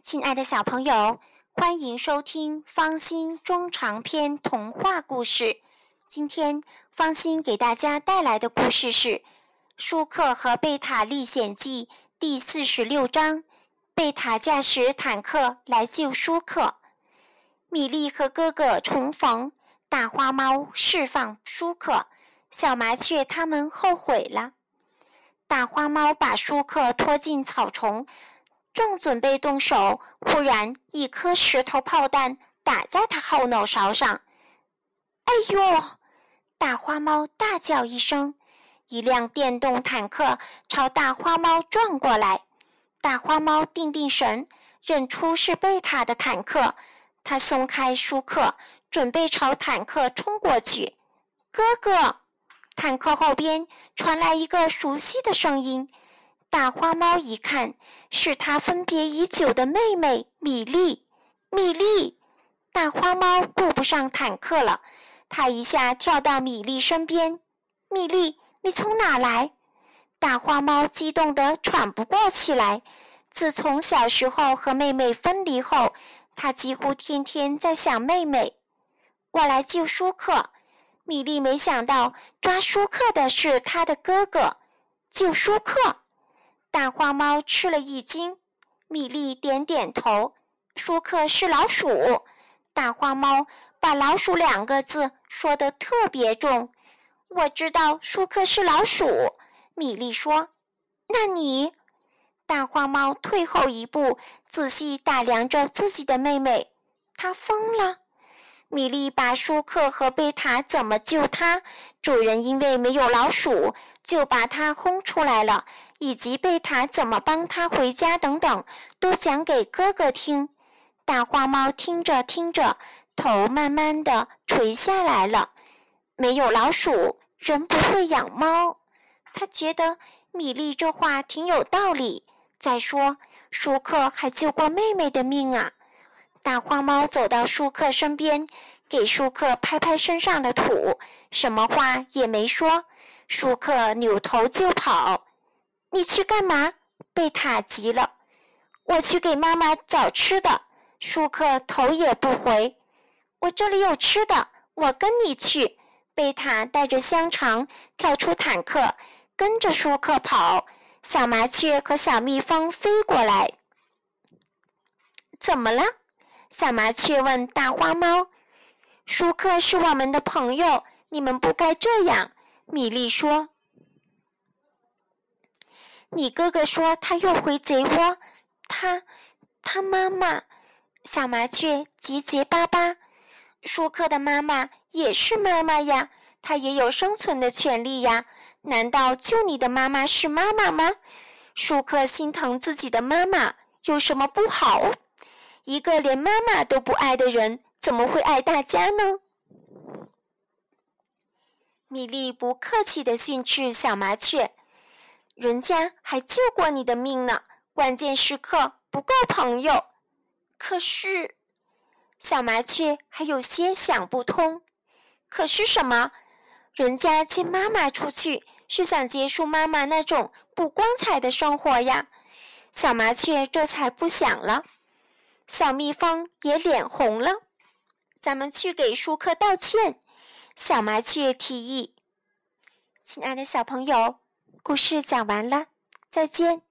亲爱的小朋友，欢迎收听方欣中长篇童话故事。今天方欣给大家带来的故事是《舒克和贝塔历险记》第46章，贝塔驾驶坦克来救舒克。米莉和哥哥重逢，大花猫释放舒克，小麻雀他们后悔了。大花猫把舒克拖进草丛，正准备动手，忽然一颗石头炮弹打在他后脑勺上。哎呦！大花猫大叫一声，一辆电动坦克朝大花猫撞过来。大花猫定定神，认出是贝塔的坦克，他松开舒克，准备朝坦克冲过去。哥哥！坦克后边传来一个熟悉的声音。大花猫一看，是他分别已久的妹妹米莉。米莉！大花猫顾不上坦克了，他一下跳到米莉身边。米莉，你从哪来？大花猫激动得喘不过气来。自从小时候和妹妹分离后，他几乎天天在想妹妹。我来救舒克。米莉没想到抓舒克的是他的哥哥。救舒克！大花猫吃了一惊。米莉点点头。舒克是老鼠。大花猫把老鼠2个字说得特别重。我知道舒克是老鼠。米莉说。那你？大花猫退后一步，仔细打量着自己的妹妹。她疯了。米莉把舒克和贝塔怎么救他，主人因为没有老鼠就把他轰出来了，以及贝塔怎么帮他回家等等，都讲给哥哥听。大花猫听着听着，头慢慢地垂下来了。没有老鼠，人不会养猫。他觉得米莉这话挺有道理。再说，舒克还救过妹妹的命啊。大花猫走到舒克身边，给舒克拍拍身上的土，什么话也没说。舒克扭头就跑。你去干嘛？贝塔急了。我去给妈妈找吃的。舒克头也不回。我这里有吃的，我跟你去。贝塔带着香肠跳出坦克，跟着舒克跑。小麻雀和小蜜蜂飞过来。怎么了？小麻雀问大花猫。舒克是我们的朋友，你们不该这样。米莉说。你哥哥说他又回贼窝。他妈妈。小麻雀结结巴巴。舒克的妈妈也是妈妈呀，她也有生存的权利呀。难道救你的妈妈是妈妈吗？舒克心疼自己的妈妈，有什么不好？一个连妈妈都不爱的人，怎么会爱大家呢？米莉不客气地训斥小麻雀。人家还救过你的命呢，关键时刻不够朋友。可是，小麻雀还有些想不通。可是什么？人家牵妈妈出去，是想结束妈妈那种不光彩的生活呀。小麻雀这才不想了。小蜜蜂也脸红了。咱们去给舒克道歉。小麻雀提议。亲爱的小朋友，故事讲完了，再见。